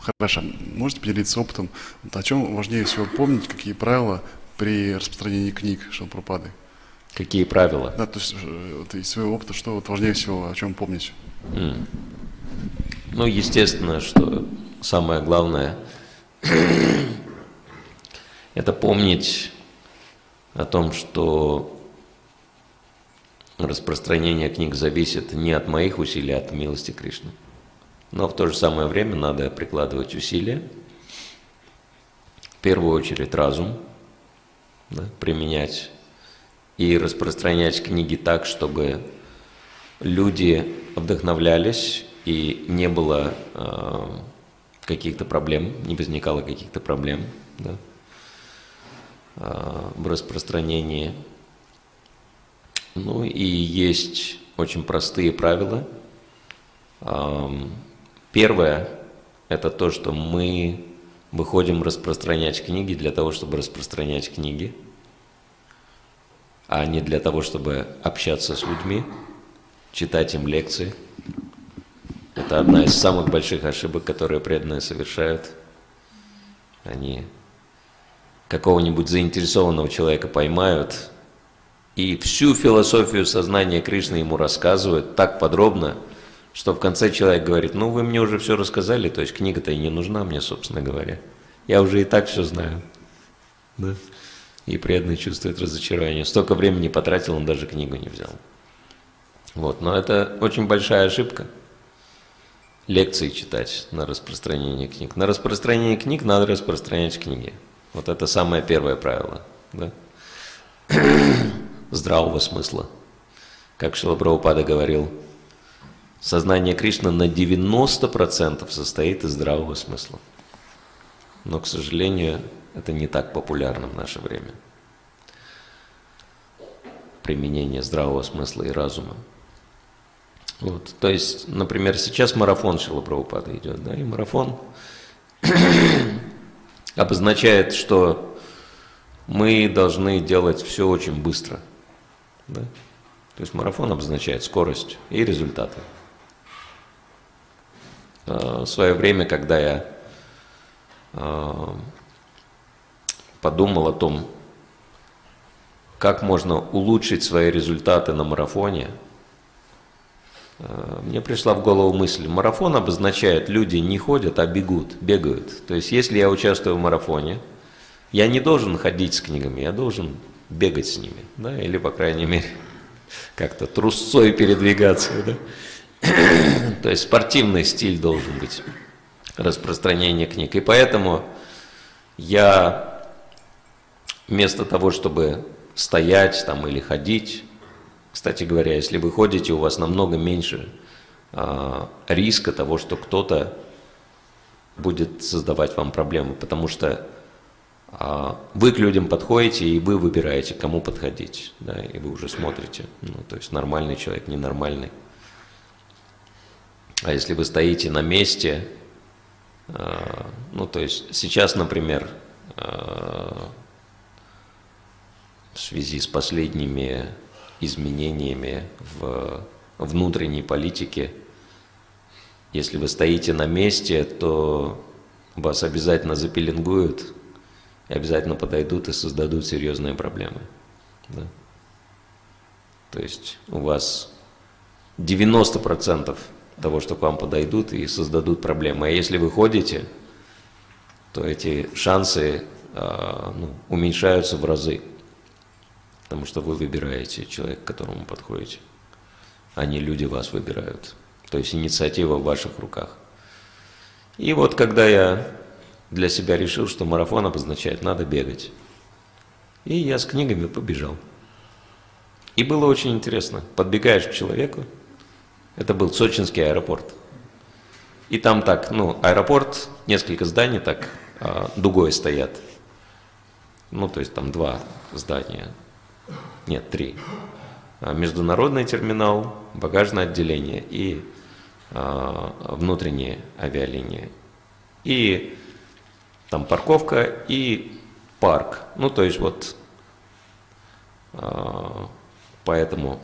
Хорошо. Можете поделиться опытом, вот о чем важнее всего помнить, какие правила при распространении книг Шилапрапады? Какие правила? Да, то есть вот из своего опыта, что вот важнее всего, о чем помнить? Ну, естественно, что самое главное это помнить о том, что распространение книг зависит не от моих усилий, а от милости Кришны. Но в то же самое время надо прикладывать усилия, в первую очередь разум, да, применять и распространять книги так, чтобы люди вдохновлялись и не было каких-то проблем, не возникало каких-то проблем, да, в распространении. Ну и есть очень простые правила. Первое – это то, что мы выходим распространять книги для того, чтобы распространять книги, а не для того, чтобы общаться с людьми, читать им лекции. Это одна из самых больших ошибок, которые преданные совершают. Они какого-нибудь заинтересованного человека поймают и всю философию сознания Кришны ему рассказывают так подробно, что в конце человек говорит: ну вы мне уже все рассказали, то есть книга-то и не нужна мне, собственно говоря. Я уже и так все знаю. Да? И преданный чувствует разочарование. Столько времени потратил, он даже книгу не взял. Вот. Но это очень большая ошибка. Лекции читать на распространение книг. На распространение книг надо распространять книги. Вот это самое первое правило. Да? Здравого смысла. Как Шрила Прабхупада говорил, сознание Кришны на 90% состоит из здравого смысла. Но, к сожалению, это не так популярно в наше время. Применение здравого смысла и разума. Вот. То есть, например, сейчас марафон Шрила Прабхупады идет, да, и марафон обозначает, что мы должны делать все очень быстро. Да? То есть марафон обозначает скорость и результаты. В свое время, когда я подумал о том, как можно улучшить свои результаты на марафоне, мне пришла в голову мысль: марафон обозначает, люди не ходят, а бегают. То есть, если я участвую в марафоне, я не должен ходить с книгами, я должен бегать с ними, да, или, по крайней мере, как-то трусцой передвигаться, да. То есть, спортивный стиль должен быть распространение книг. И поэтому я вместо того, чтобы стоять там или ходить, кстати говоря, если вы ходите, у вас намного меньше риска того, что кто-то будет создавать вам проблемы, потому что вы к людям подходите, и вы выбираете, к кому подходить, да, и вы уже смотрите, ну, то есть нормальный человек, ненормальный. А если вы стоите на месте, ну, то есть сейчас, например, в связи с последними изменениями в внутренней политике, если вы стоите на месте, то вас обязательно запеленгуют, и обязательно подойдут и создадут серьезные проблемы. Да? То есть у вас 90% того, что к вам подойдут и создадут проблемы. А если вы ходите, то эти шансы уменьшаются в разы. Потому что вы выбираете человека, к которому подходите, а не люди вас выбирают. То есть инициатива в ваших руках. И вот когда я для себя решил, что марафон обозначает, надо бегать, и я с книгами побежал. И было очень интересно. Подбегаешь к человеку, это был сочинский аэропорт. И там так, аэропорт, несколько зданий так дугой стоят. Ну, то есть там 2 здания. Нет, 3. Международный терминал, багажное отделение и внутренние авиалинии. И там парковка и парк. Ну, то есть вот по этому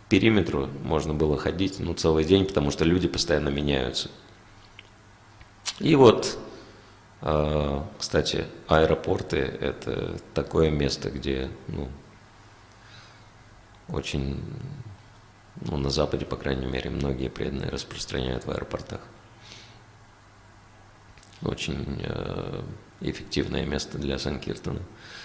периметру можно было ходить целый день, потому что люди постоянно меняются. И вот, кстати, аэропорты – это такое место, где, ну, очень, ну, на Западе, по крайней мере, многие преданные распространяют в аэропортах. Очень эффективное место для санкиртана.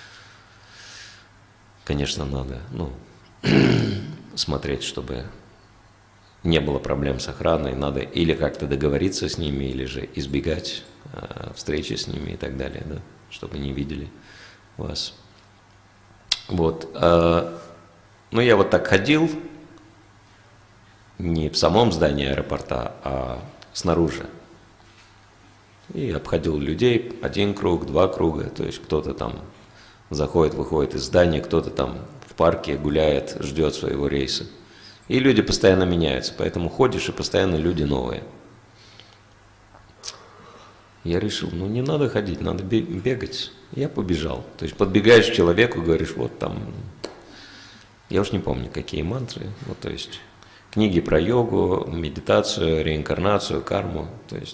Конечно, надо, ну, смотреть, чтобы не было проблем с охраной, надо или как-то договориться с ними, или же избегать встречи с ними и так далее, да, чтобы не видели вас. Вот. Ну, я вот так ходил, не в самом здании аэропорта, а снаружи. И обходил людей, 1 круг, 2 круга, то есть кто-то там заходит, выходит из здания, кто-то там в парке гуляет, ждет своего рейса. И люди постоянно меняются, поэтому ходишь, и постоянно люди новые. Я решил, ну не надо ходить, надо бегать. Я побежал. То есть подбегаешь к человеку, говоришь, вот там, я уж не помню, какие мантры, вот, то есть книги про йогу, медитацию, реинкарнацию, карму, то есть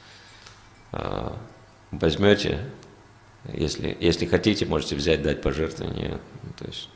возьмете, если хотите, можете взять, дать пожертвование, то есть.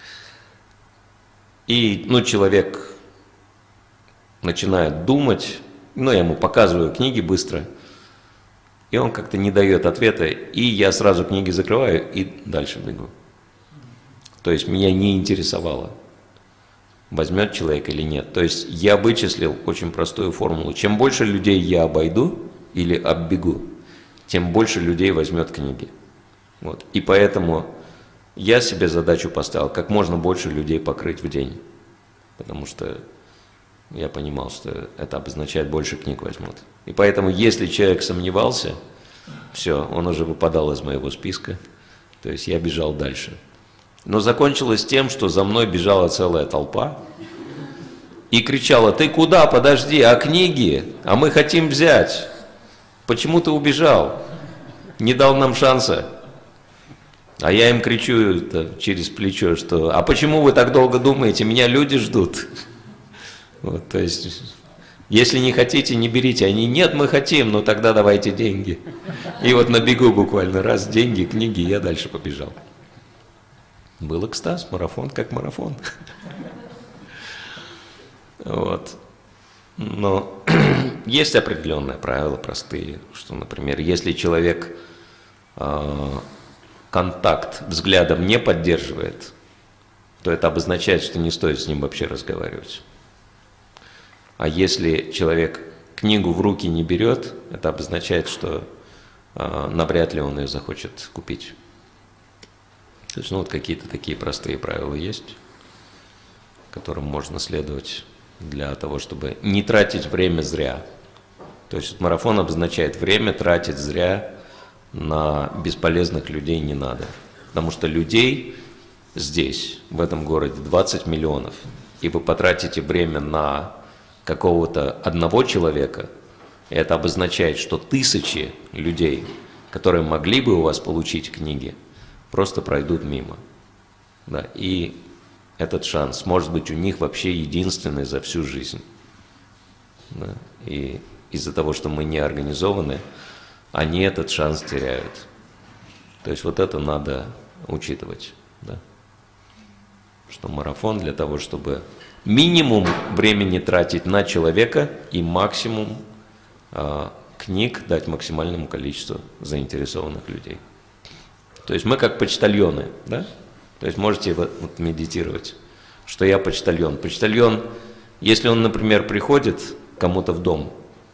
И, ну, человек начинает думать, ну, я ему показываю книги быстро, и он как-то не дает ответа, и я сразу книги закрываю и дальше бегу. То есть меня не интересовало, возьмет человек или нет. То есть я вычислил очень простую формулу. Чем больше людей я обойду или оббегу, тем больше людей возьмет книги. Вот. И поэтому я себе задачу поставил, как можно больше людей покрыть в день. Потому что я понимал, что это обозначает, больше книг возьмут. И поэтому, если человек сомневался, все, он уже выпадал из моего списка. То есть я бежал дальше. Но закончилось тем, что за мной бежала целая толпа и кричала: ты куда, подожди, а книги? А мы хотим взять. Почему ты убежал? Не дал нам шанса. А я им кричу через плечо, что а почему вы так долго думаете, меня люди ждут. Вот, то есть, если не хотите, не берите. Они: нет, мы хотим, но тогда давайте деньги. И вот на бегу буквально раз деньги, книги, я дальше побежал. Был экстаз, марафон как марафон. Вот. Но есть определенные правила, простые, что, например, если человек контакт взглядом не поддерживает, то это обозначает, что не стоит с ним вообще разговаривать. А если человек книгу в руки не берет, это обозначает, что навряд ли он ее захочет купить. То есть, ну, вот какие-то такие простые правила есть, которым можно следовать для того, чтобы не тратить время зря. То есть марафон обозначает, время тратить зря на бесполезных людей не надо. Потому что людей здесь, в этом городе, 20 миллионов. И вы потратите время на какого-то одного человека, и это обозначает, что тысячи людей, которые могли бы у вас получить книги, просто пройдут мимо. Да, и этот шанс может быть у них вообще единственный за всю жизнь. Да, и из-за того, что мы не организованы, они этот шанс теряют. То есть вот это надо учитывать. Да? Что марафон для того, чтобы минимум времени тратить на человека и максимум книг дать максимальному количеству заинтересованных людей. То есть мы как почтальоны, да? То есть можете вот медитировать, что я почтальон. Почтальон, если он, например, приходит кому-то в дом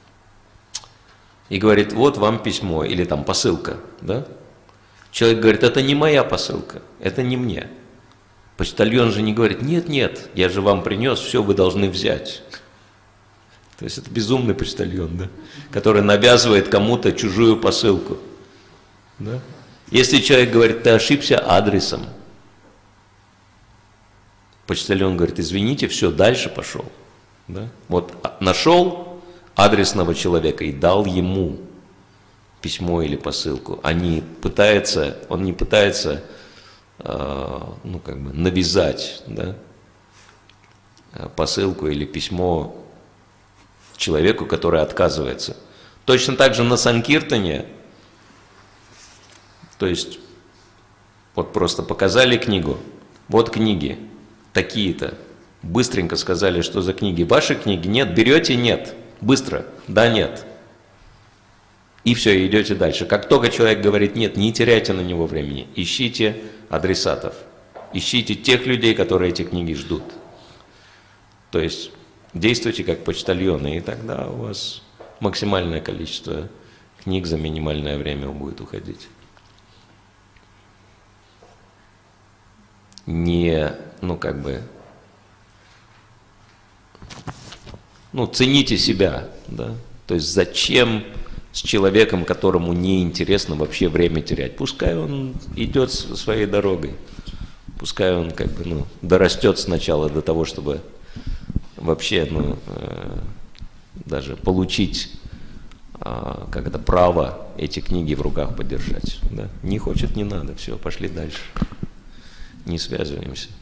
и говорит: вот вам письмо или там посылка, да? Человек говорит: это не моя посылка, это не мне. Почтальон же не говорит: нет, нет, я же вам принес, все, вы должны взять. То есть это безумный почтальон, да? Который навязывает кому-то чужую посылку. Да? Если человек говорит: ты ошибся адресом, почтальон говорит: извините, все, дальше пошел. Да? Вот нашел адресного человека и дал ему письмо или посылку. Он не пытается ну, как бы навязать, да, посылку или письмо человеку, который отказывается. Точно так же на Санкиртане, то есть вот просто показали книгу, вот книги, такие-то, быстренько сказали, что за книги. Ваши книги нет, берете, нет, быстро, да, нет. И все, идете дальше. Как только человек говорит нет, не теряйте на него времени, ищите адресатов, ищите тех людей, которые эти книги ждут. То есть действуйте как почтальоны, и тогда у вас максимальное количество книг за минимальное время будет уходить. Не, цените себя, да, то есть зачем с человеком, которому неинтересно вообще время терять, пускай он идет своей дорогой, пускай он дорастет сначала до того, чтобы вообще, даже получить право эти книги в руках подержать, да? Не хочет, не надо, все, пошли дальше, не связываемся.